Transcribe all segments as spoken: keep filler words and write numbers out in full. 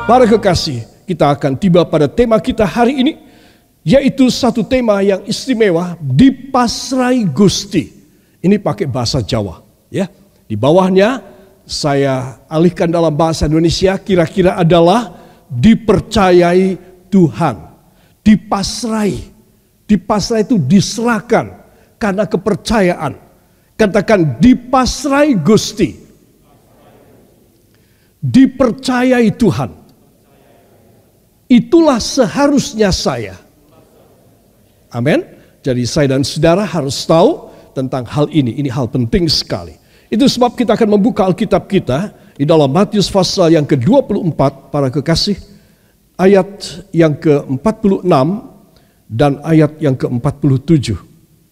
Para kekasih, kita akan tiba pada tema kita hari ini, yaitu satu tema yang istimewa, dipasrai Gusti. Ini pakai bahasa Jawa, ya. Di bawahnya saya alihkan dalam bahasa Indonesia, kira-kira adalah dipercayai Tuhan, dipasrai. Dipasrai itu diserahkan karena kepercayaan. Katakan dipasrai Gusti, dipercayai Tuhan. Itulah seharusnya saya. Amin. Jadi saya dan saudara harus tahu tentang hal ini. Ini hal penting sekali. Itu sebab kita akan membuka Alkitab kita di dalam Matius pasal yang ke dua puluh empat, para kekasih, ayat yang ke empat puluh enam dan ayat yang ke empat puluh tujuh.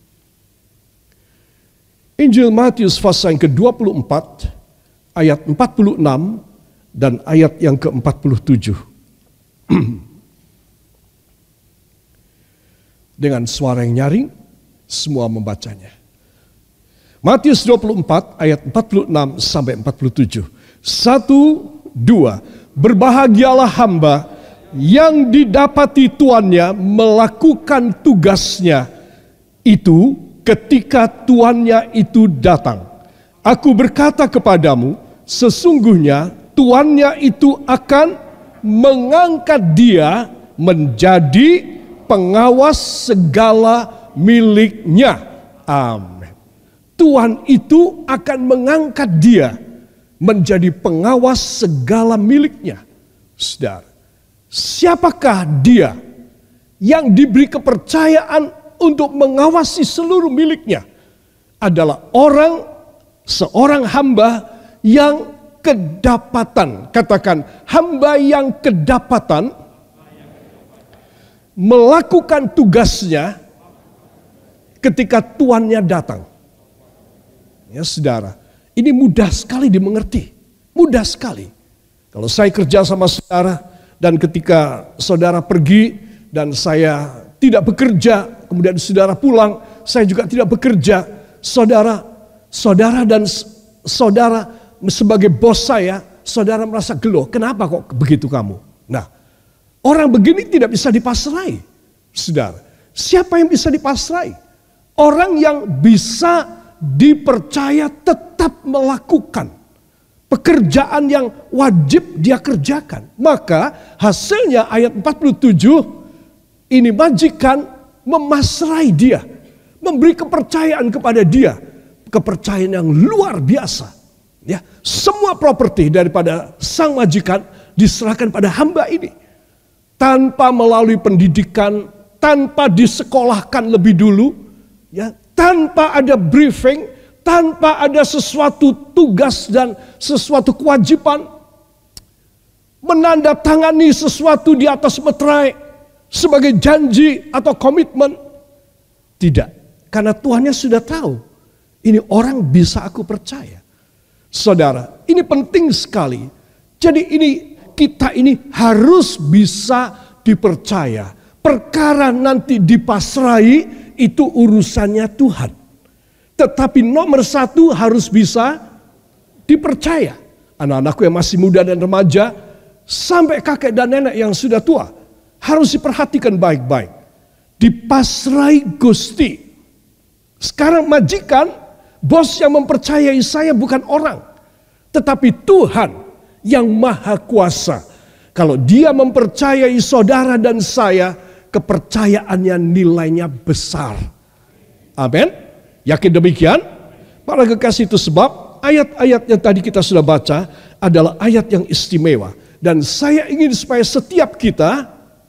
Injil Matius pasal yang ke dua puluh empat, ayat empat puluh enam dan ayat yang ke empat puluh tujuh. Dengan suara yang nyaring, semua membacanya. Matius dua puluh empat ayat empat puluh enam sampai empat puluh tujuh. Satu, dua. Berbahagialah hamba yang didapati tuannya melakukan tugasnya itu ketika tuannya itu datang. Aku berkata kepadamu, sesungguhnya tuannya itu akan mengangkat dia menjadi pengawas segala miliknya. Amin. Tuhan itu akan mengangkat dia menjadi pengawas segala miliknya. Saudara, siapakah dia yang diberi kepercayaan untuk mengawasi seluruh miliknya? Adalah orang, seorang hamba yang kedapatan. Katakan, hamba yang kedapatan melakukan tugasnya ketika tuannya datang. Ya saudara, ini mudah sekali dimengerti. Mudah sekali. Kalau saya kerja sama saudara dan ketika saudara pergi dan saya tidak bekerja, kemudian saudara pulang, saya juga tidak bekerja. Saudara, saudara dan saudara sebagai bos saya, saudara merasa geluh. Kenapa kok begitu kamu? Nah, orang begini tidak bisa dipasrai. Saudara, siapa yang bisa dipasrai? Orang yang bisa dipercaya tetap melakukan pekerjaan yang wajib dia kerjakan. Maka hasilnya ayat empat puluh tujuh, ini majikan memasrai dia, memberi kepercayaan kepada dia, kepercayaan yang luar biasa. Ya, semua properti daripada sang majikan diserahkan pada hamba ini. Tanpa melalui pendidikan, tanpa disekolahkan lebih dulu, ya, tanpa ada briefing, tanpa ada sesuatu tugas dan sesuatu kewajiban, menandatangani sesuatu di atas meterai sebagai janji atau komitmen. Tidak, karena Tuhannya sudah tahu, ini orang bisa aku percaya. Saudara, ini penting sekali. Jadi ini kita ini harus bisa dipercaya. Perkara nanti dipasrai itu urusannya Tuhan. Tetapi nomor satu harus bisa dipercaya. Anak-anakku yang masih muda dan remaja, sampai kakek dan nenek yang sudah tua, harus diperhatikan baik-baik. Dipasrai Gusti. Sekarang majikan, bos yang mempercayai saya bukan orang, tetapi Tuhan yang maha kuasa. Kalau dia mempercayai saudara dan saya, kepercayaannya nilainya besar. Amin. Yakin demikian? Para kekasih, itu sebab ayat-ayat yang tadi kita sudah baca adalah ayat yang istimewa. Dan saya ingin supaya setiap kita,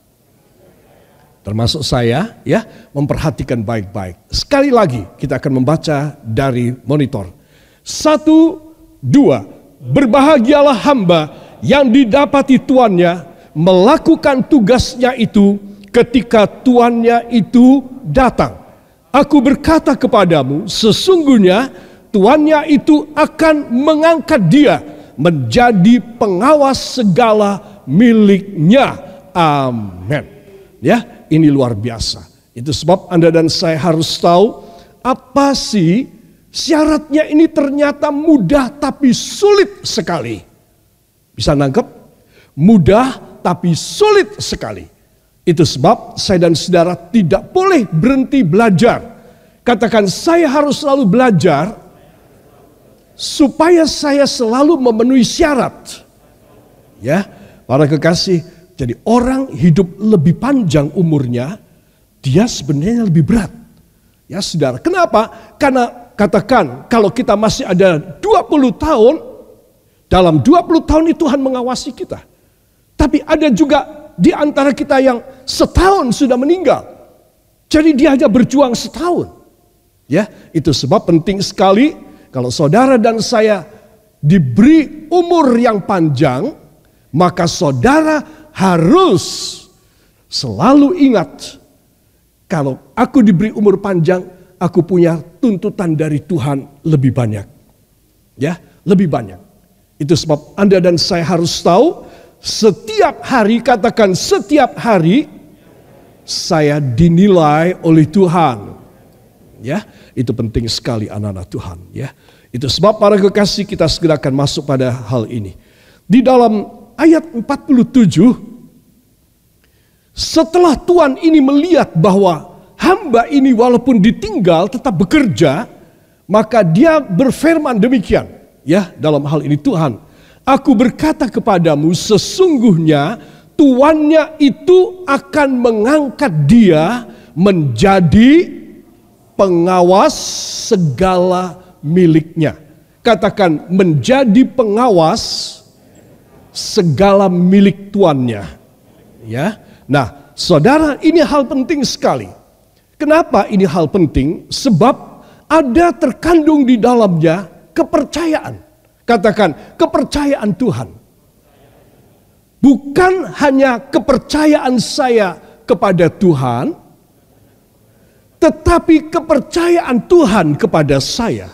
termasuk saya, ya, memperhatikan baik-baik. Sekali lagi kita akan membaca dari monitor. Satu, dua. Berbahagialah hamba yang didapati tuannya melakukan tugasnya itu ketika tuannya itu datang. Aku berkata kepadamu, sesungguhnya tuannya itu akan mengangkat dia menjadi pengawas segala miliknya. Amin. Ya, ini luar biasa. Itu sebab Anda dan saya harus tahu apa sih syaratnya. Ini ternyata mudah tapi sulit sekali. Bisa nangkep? mudah tapi sulit sekali. Itu sebab saya dan saudara tidak boleh berhenti belajar. Katakan, saya harus selalu belajar supaya saya selalu memenuhi syarat. Ya, para kekasih, jadi orang hidup lebih panjang umurnya, dia sebenarnya lebih berat. Ya saudara, kenapa? Karena katakan kalau kita masih ada dua puluh tahun, dalam dua puluh tahun itu Tuhan mengawasi kita. Tapi ada juga di antara kita yang setahun sudah meninggal. Jadi dia hanya berjuang setahun. Ya, itu sebab penting sekali kalau saudara dan saya diberi umur yang panjang, maka saudara harus selalu ingat, kalau aku diberi umur panjang, aku punya tuntutan dari Tuhan lebih banyak. Ya, lebih banyak. Itu sebab Anda dan saya harus tahu, setiap hari, katakan setiap hari, saya dinilai oleh Tuhan. Ya, itu penting sekali anak-anak Tuhan. Ya, itu sebab para kekasih kita segera akan masuk pada hal ini. Di dalam ayat empat puluh tujuh, setelah Tuhan ini melihat bahwa hamba ini walaupun ditinggal tetap bekerja, maka dia berfirman demikian. Ya, dalam hal ini Tuhan, aku berkata kepadamu, sesungguhnya tuannya itu akan mengangkat dia menjadi pengawas segala miliknya. Katakan, menjadi pengawas segala milik tuannya. Ya. Nah, saudara, ini hal penting sekali. Kenapa ini hal penting? Sebab ada terkandung di dalamnya kepercayaan. Katakan, kepercayaan Tuhan. Bukan hanya kepercayaan saya kepada Tuhan, tetapi kepercayaan Tuhan kepada saya.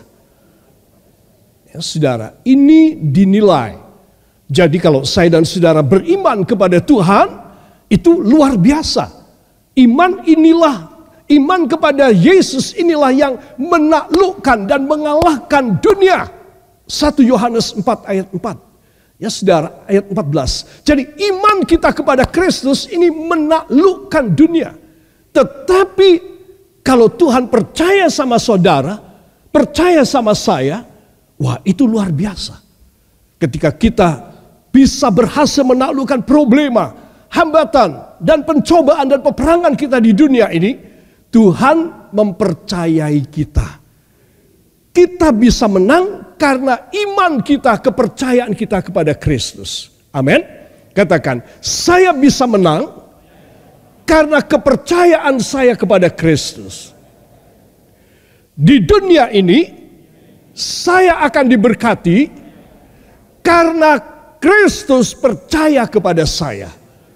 Ya, saudara, ini dinilai. Jadi kalau saya dan saudara beriman kepada Tuhan, itu luar biasa. Iman inilah, iman kepada Yesus inilah yang menaklukkan dan mengalahkan dunia. satu Yohanes empat ayat empat. Ya saudara, ayat empat belas. Jadi iman kita kepada Kristus ini menaklukkan dunia. Tetapi kalau Tuhan percaya sama saudara, percaya sama saya, wah itu luar biasa. Ketika kita bisa berhasil menaklukkan problema, hambatan dan pencobaan dan peperangan kita di dunia ini, Tuhan mempercayai kita. Kita bisa menang karena iman kita, kepercayaan kita kepada Kristus. Amin. Katakan, saya bisa menang karena kepercayaan saya kepada Kristus. Di dunia ini, saya akan diberkati karena Kristus percaya kepada saya.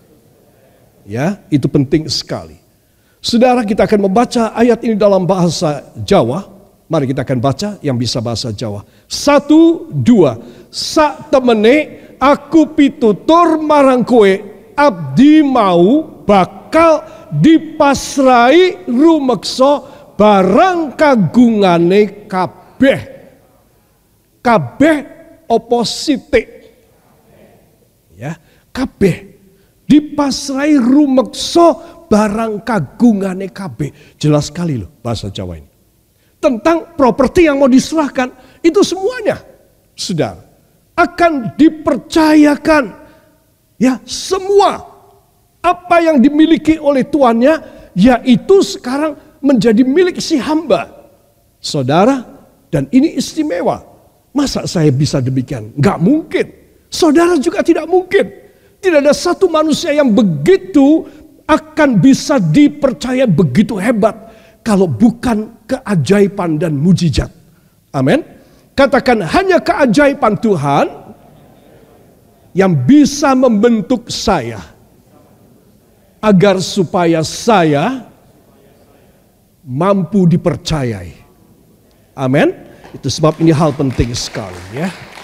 Ya, itu penting sekali. Saudara, kita akan membaca ayat ini dalam bahasa Jawa. Mari kita akan baca yang bisa bahasa Jawa. Satu, dua. Sak temene aku pitutur marang kowe, abdi mau bakal dipasrai rumeksa barang kagungane kabeh. Kabeh oposite. Ya, kabeh. Dipasrai rumekso barang kagungane kabeh. Jelas sekali loh bahasa Jawa ini. Tentang properti yang mau diserahkan, itu semuanya, saudara, akan dipercayakan. Ya, semua apa yang dimiliki oleh tuannya, yaitu sekarang menjadi milik si hamba. Saudara, dan ini istimewa. Masa saya bisa demikian? Enggak mungkin. Saudara juga tidak mungkin. Tidak ada satu manusia yang begitu akan bisa dipercaya begitu hebat kalau bukan keajaiban dan mujizat. Amin. Katakan, hanya keajaiban Tuhan yang bisa membentuk saya agar supaya saya mampu dipercayai. Amin. Itu sebab ini hal penting sekali ya.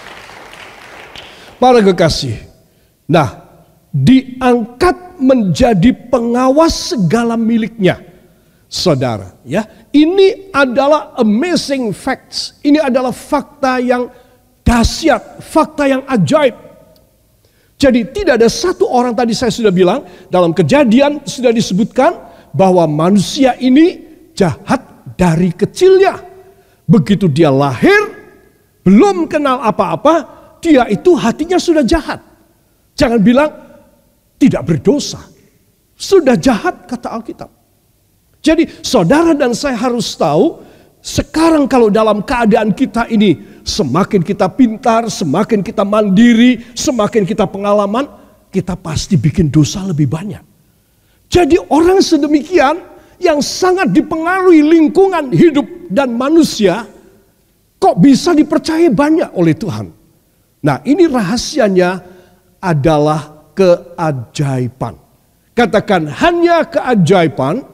Para kekasih. Nah, diangkat menjadi pengawas segala miliknya. Saudara, ya. Ini adalah amazing facts. Ini adalah fakta yang dahsyat, fakta yang ajaib. Jadi tidak ada satu orang, tadi saya sudah bilang, dalam Kejadian sudah disebutkan bahwa manusia ini jahat dari kecilnya. Begitu dia lahir, belum kenal apa-apa, dia itu hatinya sudah jahat. Jangan bilang tidak berdosa. Sudah jahat kata Alkitab. Jadi saudara dan saya harus tahu, sekarang kalau dalam keadaan kita ini, semakin kita pintar, semakin kita mandiri, semakin kita pengalaman, kita pasti bikin dosa lebih banyak. Jadi orang sedemikian yang sangat dipengaruhi lingkungan hidup dan manusia, kok bisa dipercaya banyak oleh Tuhan. Nah, ini rahasianya adalah keajaiban. Katakan, hanya keajaiban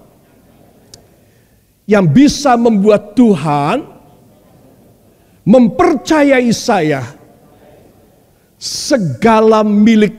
yang bisa membuat Tuhan mempercayai saya segala milik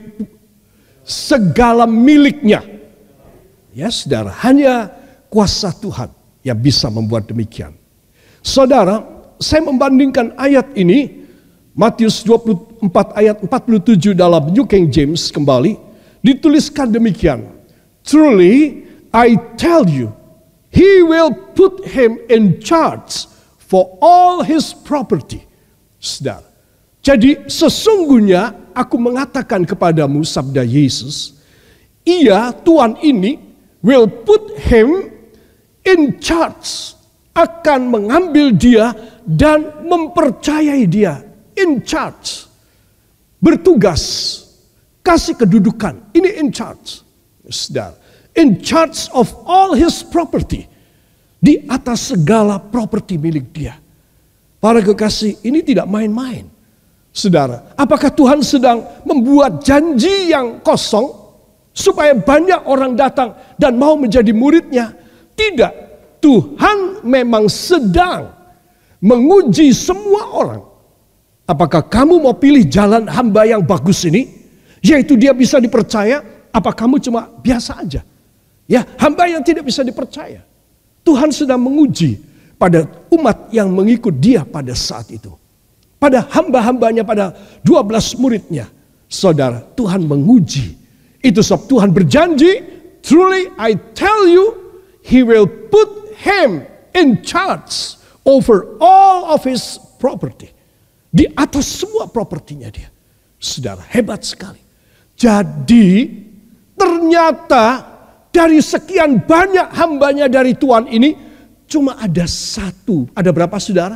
segala miliknya. Ya saudara, hanya kuasa Tuhan yang bisa membuat demikian. Saudara, saya membandingkan ayat ini, Matius dua puluh empat ayat empat puluh tujuh dalam New King James kembali, dituliskan demikian. Truly I tell you, he will put him in charge for all his property. Saudara, jadi sesungguhnya aku mengatakan kepadamu, sabda Yesus, ia, Tuhan ini, will put him in charge, akan mengambil dia dan mempercayai dia. In charge, bertugas, kasih kedudukan, ini in charge. Saudara, in charge of all his property. Di atas segala properti milik dia. Para kekasih, ini tidak main-main. Saudara, apakah Tuhan sedang membuat janji yang kosong supaya banyak orang datang dan mau menjadi muridnya? Tidak. Tuhan memang sedang menguji semua orang. Apakah kamu mau pilih jalan hamba yang bagus ini? Yaitu dia bisa dipercaya, apa kamu cuma biasa aja? Ya, hamba yang tidak bisa dipercaya. Tuhan sedang menguji pada umat yang mengikut dia pada saat itu. Pada hamba-hambanya, pada dua belas muridnya. Saudara, Tuhan menguji. Itu sebab Tuhan berjanji, truly I tell you, he will put him in charge over all of his property. Di atas semua propertinya dia. Saudara, hebat sekali. Jadi, ternyata dari sekian banyak hambanya dari Tuhan ini, cuma ada satu. Ada berapa saudara?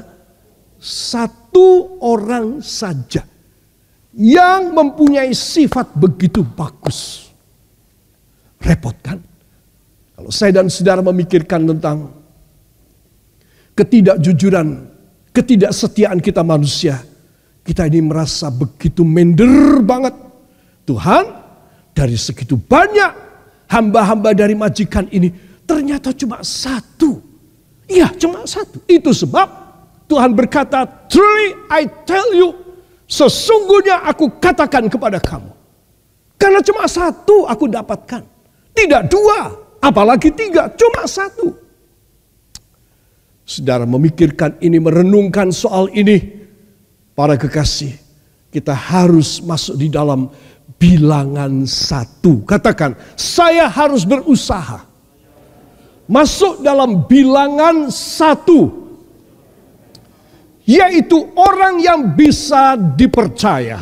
Satu orang saja yang mempunyai sifat begitu bagus. Repot kan? Kalau saya dan saudara memikirkan tentang ketidakjujuran, ketidaksetiaan kita manusia, kita ini merasa begitu minder banget. Tuhan, dari segitu banyak hamba-hamba dari majikan ini, ternyata cuma satu. Iya, cuma satu. Itu sebab Tuhan berkata, truly I tell you, sesungguhnya aku katakan kepada kamu. Karena cuma satu aku dapatkan. Tidak dua, apalagi tiga, cuma satu. Saudara memikirkan ini, merenungkan soal ini, para kekasih, kita harus masuk di dalam bilangan satu. Katakan, saya harus berusaha masuk dalam bilangan satu, yaitu orang yang bisa dipercaya.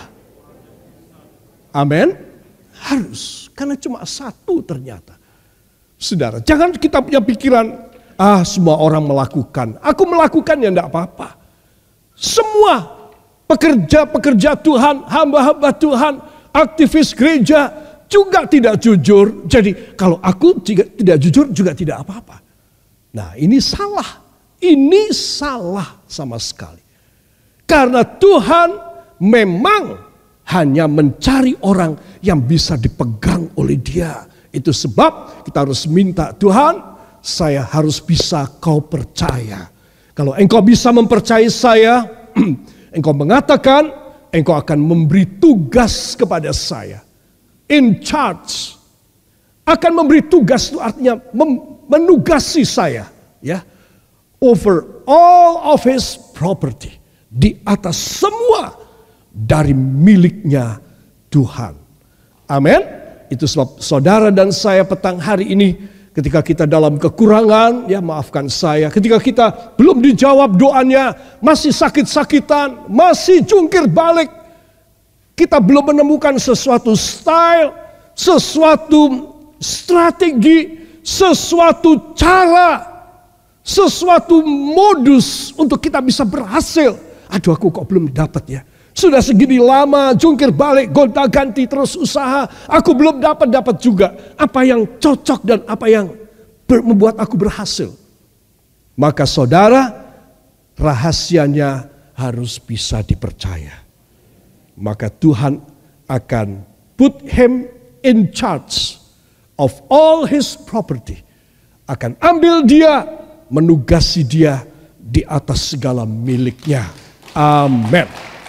Amin. Harus, karena cuma satu ternyata. Saudara, jangan kita punya pikiran, ah semua orang melakukan, aku melakukan ya enggak apa-apa. Semua pekerja-pekerja Tuhan, hamba-hamba Tuhan, aktivis gereja juga tidak jujur. Jadi kalau aku tidak jujur juga tidak apa-apa. Nah, ini salah. Ini salah sama sekali. Karena Tuhan memang hanya mencari orang yang bisa dipegang oleh Dia. Itu sebab kita harus minta, Tuhan, saya harus bisa kau percaya. Kalau engkau bisa mempercayai saya, engkau mengatakan, engkau akan memberi tugas kepada saya. In charge. Akan memberi tugas itu artinya menugasi saya. Ya, over all of his property. Di atas semua dari miliknya Tuhan. Amin. Itu sebab saudara dan saya petang hari ini, ketika kita dalam kekurangan, ya maafkan saya, ketika kita belum dijawab doanya, masih sakit-sakitan, masih jungkir balik, kita belum menemukan sesuatu style, sesuatu strategi, sesuatu cara, sesuatu modus untuk kita bisa berhasil. Aduh, aku kok belum dapat ya. Sudah segini lama jungkir balik, gonta ganti terus usaha, aku belum dapat dapat juga apa yang cocok dan apa yang ber, membuat aku berhasil. Maka saudara, rahasianya harus bisa dipercaya. Maka Tuhan akan put him in charge of all his property. Akan ambil dia, menugasi dia di atas segala miliknya. Amin.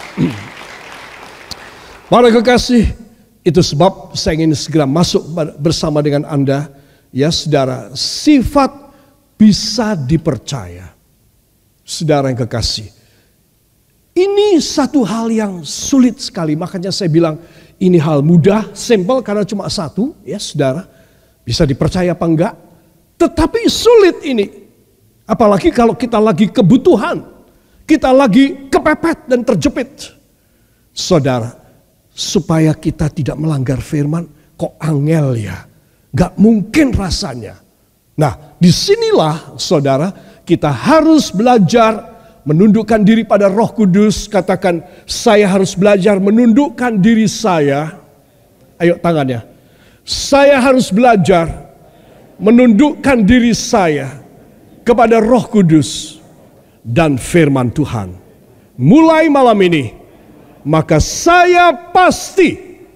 Para kekasih, itu sebab saya ingin segera masuk bersama dengan Anda. Ya saudara, sifat bisa dipercaya. Saudara yang kekasih, ini satu hal yang sulit sekali. Makanya saya bilang ini hal mudah, simple karena cuma satu. Ya saudara, bisa dipercaya apa enggak? Tetapi sulit ini. Apalagi kalau kita lagi kebutuhan. Kita lagi kepepet dan terjepit. Saudara, supaya kita tidak melanggar firman, kok angel ya? Gak mungkin rasanya. Nah, disinilah saudara, kita harus belajar menundukkan diri pada Roh Kudus. Katakan, saya harus belajar menundukkan diri saya. Ayo tangannya. Saya harus belajar menundukkan diri saya kepada Roh Kudus dan firman Tuhan. Mulai malam ini, maka saya pasti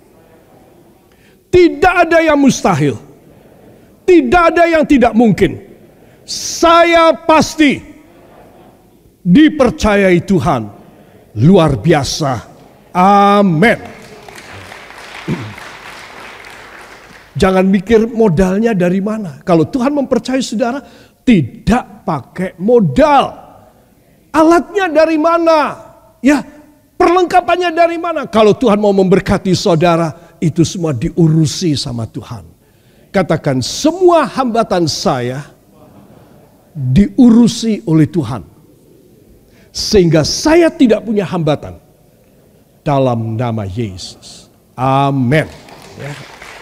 tidak ada yang mustahil. Tidak ada yang tidak mungkin. Saya pasti dipercayai Tuhan luar biasa. Amin. Jangan mikir modalnya dari mana. Kalau Tuhan mempercayai saudara, tidak pakai modal. Alatnya dari mana? Ya, perlengkapannya dari mana? Kalau Tuhan mau memberkati saudara, itu semua diurusi sama Tuhan. Katakan, semua hambatan saya diurusi oleh Tuhan. Sehingga saya tidak punya hambatan. Dalam nama Yesus. Amin. Ya.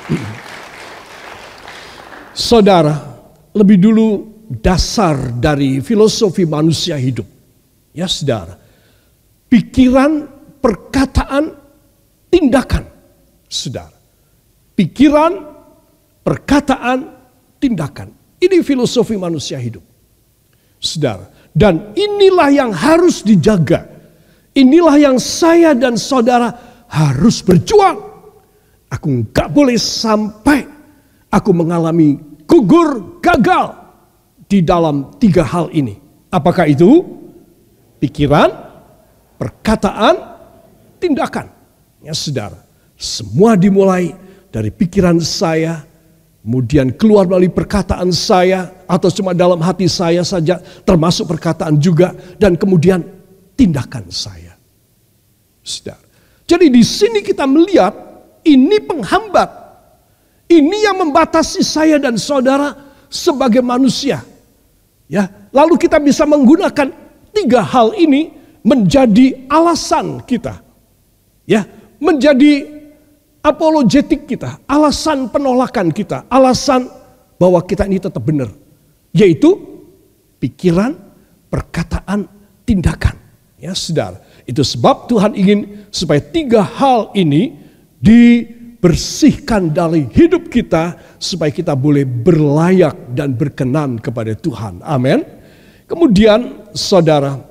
Saudara, lebih dulu dasar dari filosofi manusia hidup. Ya saudara, pikiran, perkataan, tindakan. Saudara, pikiran, perkataan, tindakan. Ini filosofi manusia hidup. Saudara, dan inilah yang harus dijaga. Inilah yang saya dan saudara harus berjuang. Aku gak boleh sampai aku mengalami gugur, gagal di dalam tiga hal ini. Apakah itu? Pikiran, perkataan, tindakan. Ya saudara, semua dimulai dari pikiran saya, kemudian keluar melalui perkataan saya, atau cuma dalam hati saya saja, termasuk perkataan juga, dan kemudian tindakan saya. Saudara, jadi di sini kita melihat ini penghambat. Ini yang membatasi saya dan saudara sebagai manusia. Ya, lalu kita bisa menggunakan tiga hal ini menjadi alasan kita. Ya, menjadi apologetik kita, alasan penolakan kita, alasan bahwa kita ini tetap benar. Yaitu pikiran, perkataan, tindakan. Ya, saudara. Itu sebab Tuhan ingin supaya tiga hal ini di bersihkan dari hidup kita supaya kita boleh berlayak dan berkenan kepada Tuhan. Amin. Kemudian saudara,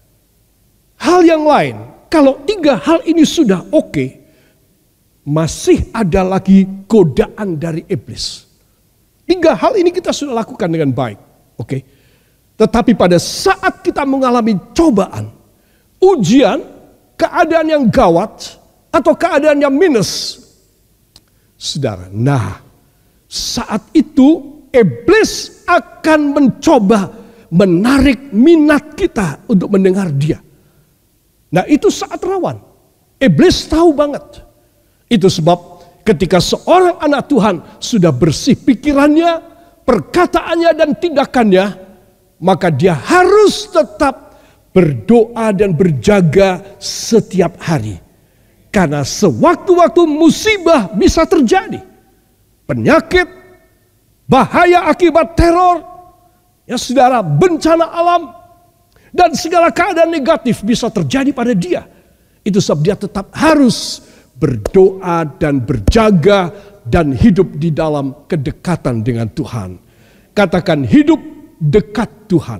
hal yang lain, kalau tiga hal ini sudah oke, okay, masih ada lagi godaan dari iblis. Tiga hal ini kita sudah lakukan dengan baik. Oke. Okay. Tetapi pada saat kita mengalami cobaan, ujian, keadaan yang gawat atau keadaan yang minus, saudara, nah saat itu iblis akan mencoba menarik minat kita untuk mendengar dia. Nah itu saat rawan. Iblis tahu banget. Itu sebab Ketika seorang anak Tuhan sudah bersih pikirannya, perkataannya dan tindakannya, maka dia harus tetap berdoa dan berjaga setiap hari. Karena sewaktu-waktu musibah bisa terjadi. Penyakit, bahaya akibat teror, ya saudara, bencana alam, dan segala keadaan negatif bisa terjadi pada dia. Itu sebab dia tetap harus berdoa dan berjaga dan hidup di dalam kedekatan dengan Tuhan. Katakan hidup dekat Tuhan.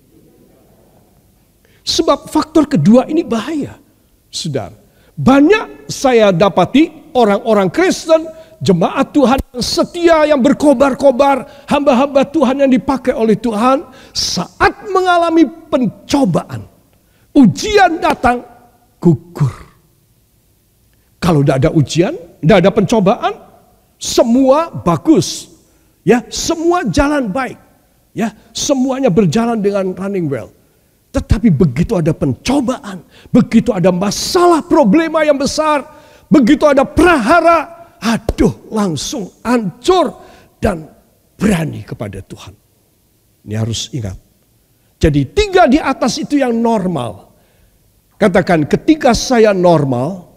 Sebab faktor kedua ini bahaya, saudara. Banyak saya dapati orang-orang Kristen, jemaat Tuhan yang setia, yang berkobar-kobar, hamba-hamba Tuhan yang dipakai oleh Tuhan, saat mengalami pencobaan, ujian datang, gugur. Kalau tidak ada ujian, tidak ada pencobaan, semua bagus, ya, semua jalan baik, ya, semuanya berjalan dengan running well. Tetapi begitu ada pencobaan, begitu ada masalah problema yang besar, begitu ada prahara, aduh langsung hancur dan berani kepada Tuhan. Ini harus ingat. Jadi tiga di atas itu yang normal. Katakan ketika saya normal,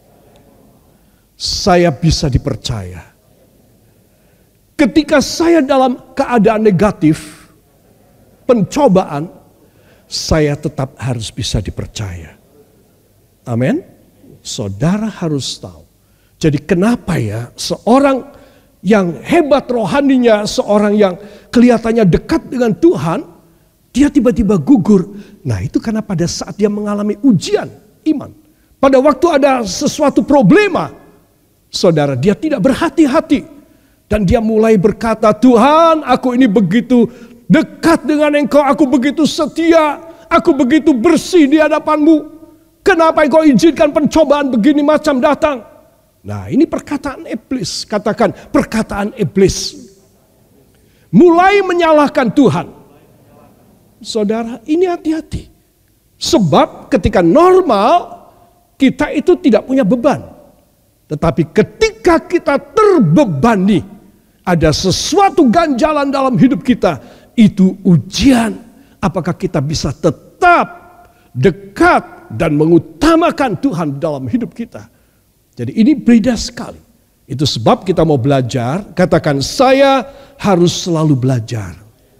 saya bisa dipercaya. Ketika saya dalam keadaan negatif, pencobaan, saya tetap harus bisa dipercaya. Amin. Saudara harus tahu. Jadi kenapa ya seorang yang hebat rohaninya, seorang yang kelihatannya dekat dengan Tuhan, dia tiba-tiba gugur. Nah itu karena pada saat dia mengalami ujian iman. Pada waktu ada sesuatu problema, saudara, dia tidak berhati-hati. Dan dia mulai berkata, Tuhan, aku ini begitu dekat dengan Engkau, aku begitu setia, aku begitu bersih di hadapan-Mu. Kenapa Engkau izinkan pencobaan begini macam datang? Nah ini perkataan iblis, katakan perkataan iblis. Mulai menyalahkan Tuhan. Saudara, ini hati-hati. Sebab ketika normal, kita itu tidak punya beban. Tetapi ketika kita terbebani, ada sesuatu ganjalan dalam hidup kita, itu ujian, apakah kita bisa tetap dekat dan mengutamakan Tuhan dalam hidup kita. Jadi ini beda sekali. Itu sebab kita mau belajar, katakan saya harus selalu belajar.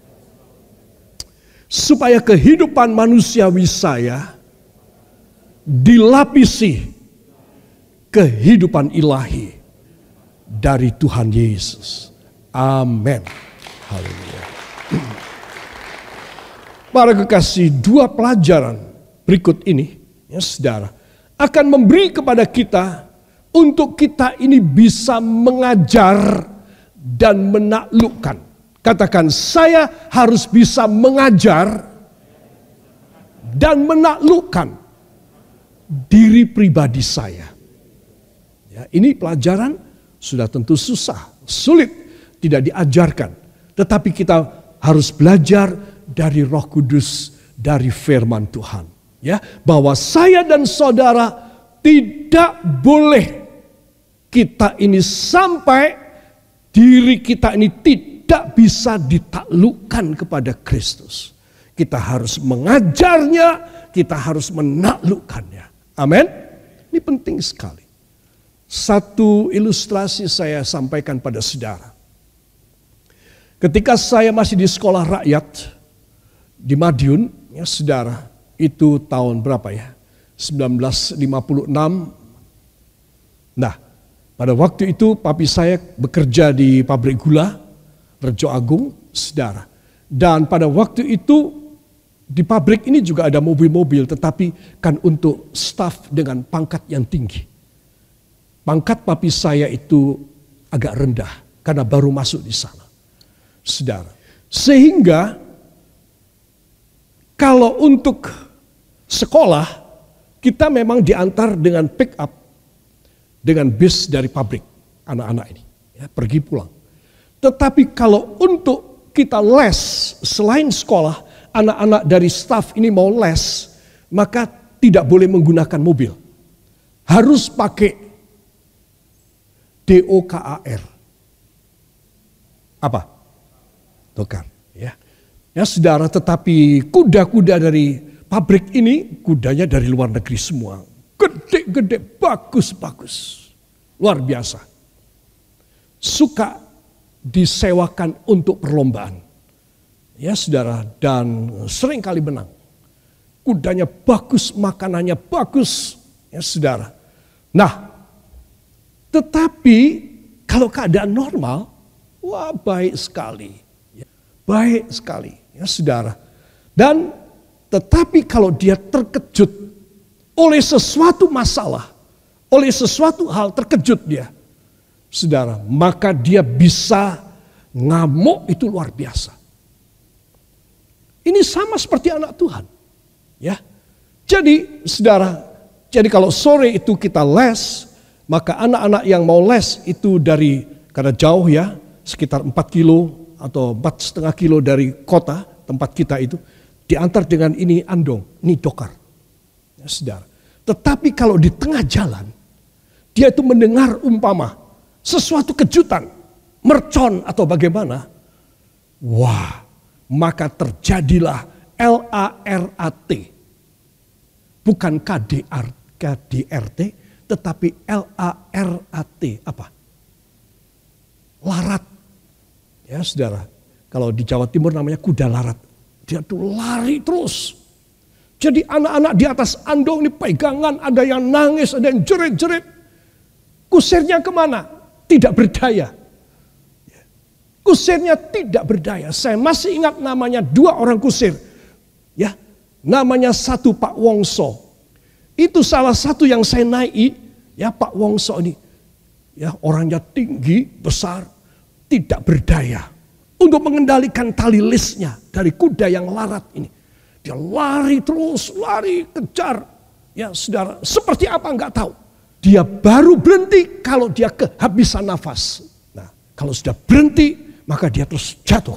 Supaya kehidupan manusiawi saya dilapisi kehidupan ilahi dari Tuhan Yesus. Amin. Haleluya. Para kekasih, dua pelajaran berikut ini, ya saudara, akan memberi kepada kita untuk kita ini bisa mengajar dan menaklukkan. Katakan, saya harus bisa mengajar dan menaklukkan diri pribadi saya. Ya, ini pelajaran sudah tentu susah, sulit, tidak diajarkan. Tetapi kita harus belajar dari Roh Kudus, dari firman Tuhan. Ya, bahwa saya dan saudara tidak boleh kita ini sampai diri kita ini tidak bisa ditaklukkan kepada Kristus. Kita harus mengajarnya, kita harus menaklukkannya. Amin. Ini penting sekali. Satu ilustrasi saya sampaikan pada saudara. Ketika saya masih di sekolah rakyat di Madiun, ya saudara, itu tahun berapa ya? sembilan belas lima puluh enam. Nah, pada waktu itu papi saya bekerja di pabrik gula Rejo Agung, saudara. Dan pada waktu itu di pabrik ini juga ada mobil-mobil, tetapi kan untuk staf dengan pangkat yang tinggi. Pangkat papi saya itu agak rendah karena baru masuk di sana. Saudara, sehingga kalau untuk sekolah kita memang diantar dengan pick up, dengan bis dari pabrik anak-anak ini, ya, pergi pulang. Tetapi kalau untuk kita les selain sekolah, anak-anak dari staf ini mau les, maka tidak boleh menggunakan mobil, harus pakai D O K A R. Apa? Dokar. Ya, ya saudara, tetapi kuda-kuda dari pabrik ini, kudanya dari luar negeri semua. Gede-gede, bagus-bagus. Luar biasa. Suka disewakan untuk perlombaan. Ya saudara, dan sering kali menang. Kudanya bagus, makanannya bagus. Ya saudara. Nah, tetapi kalau keadaan normal, wah baik sekali. Ya, baik sekali. Ya saudara. Dan tetapi kalau dia terkejut oleh sesuatu masalah, oleh sesuatu hal terkejut dia, saudara, maka dia bisa ngamuk itu luar biasa. Ini sama seperti anak Tuhan. Ya. Jadi saudara, jadi kalau sore itu kita les, maka anak-anak yang mau les itu dari, karena jauh ya, sekitar empat kilo atau empat setengah kilo dari kota tempat kita itu, diantar dengan ini andong, ini dokar. Ya, saudara. Tetapi kalau di tengah jalan, dia itu mendengar umpama sesuatu kejutan, mercon atau bagaimana, wah, maka terjadilah L A R A T. Bukan K D R T, tetapi L A R A T. Apa? Larat. Ya saudara, kalau di Jawa Timur namanya kuda larat. Dia tuh lari terus. Jadi anak-anak di atas andong ini pegangan, ada yang nangis, ada yang jerit-jerit. Kusirnya kemana? Tidak berdaya. Kusirnya tidak berdaya. Saya masih ingat namanya dua orang kusir. Ya, namanya satu Pak Wongso. Itu salah satu yang saya naiki, ya Pak Wongso ini. Ya, orangnya tinggi, besar, tidak berdaya. Untuk mengendalikan tali lisnya dari kuda yang larat ini. Dia lari terus, lari, kejar. Ya saudara, seperti apa enggak tahu. Dia baru berhenti kalau dia kehabisan nafas. Nah, kalau sudah berhenti, maka dia terus jatuh.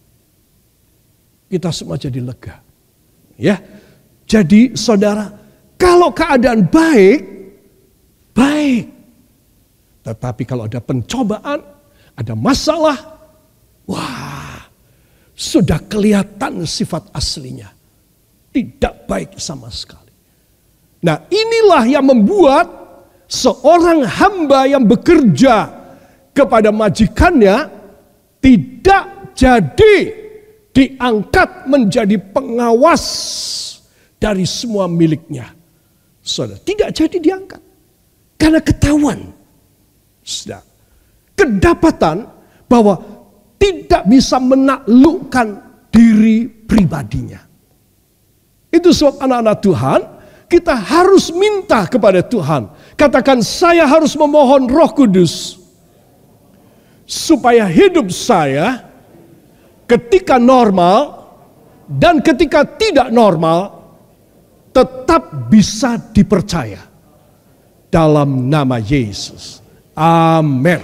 Kita semua jadi lega. Ya, jadi saudara, kalau keadaan baik, baik. Tetapi kalau ada pencobaan, ada masalah, wah, sudah kelihatan sifat aslinya. Tidak baik sama sekali. Nah, inilah yang membuat seorang hamba yang bekerja kepada majikannya tidak jadi diangkat menjadi pengawas dari semua miliknya. Saudara, tidak jadi diangkat. Karena ketahuan. Saudara, kedapatan bahwa tidak bisa menaklukkan diri pribadinya. Itu sebab anak-anak Tuhan, kita harus minta kepada Tuhan. Katakan, saya harus memohon Roh Kudus. Supaya hidup saya ketika normal dan ketika tidak normal tetap bisa dipercaya. Dalam nama Yesus. Amin.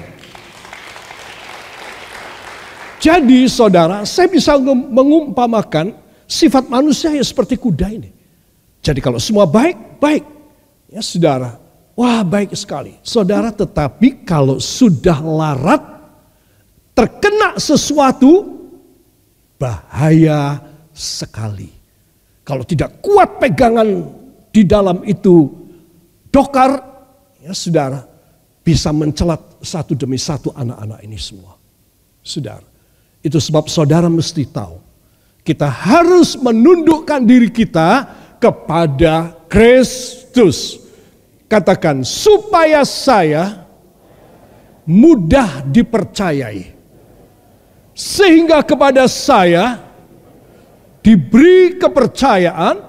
Jadi saudara, saya bisa mengumpamakan sifat manusia yang seperti kuda ini. Jadi kalau semua baik, baik. Ya saudara, wah baik sekali. Saudara, tetapi kalau sudah larat, terkena sesuatu, bahaya sekali. Kalau tidak kuat pegangan di dalam itu dokar, ya saudara, bisa mencelat satu demi satu anak-anak ini semua. Saudara, itu sebab saudara mesti tahu, kita harus menundukkan diri kita kepada Kristus. Katakan, supaya saya mudah dipercayai. Sehingga kepada saya diberi kepercayaan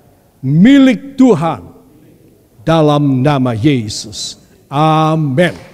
milik Tuhan dalam nama Yesus. Amin.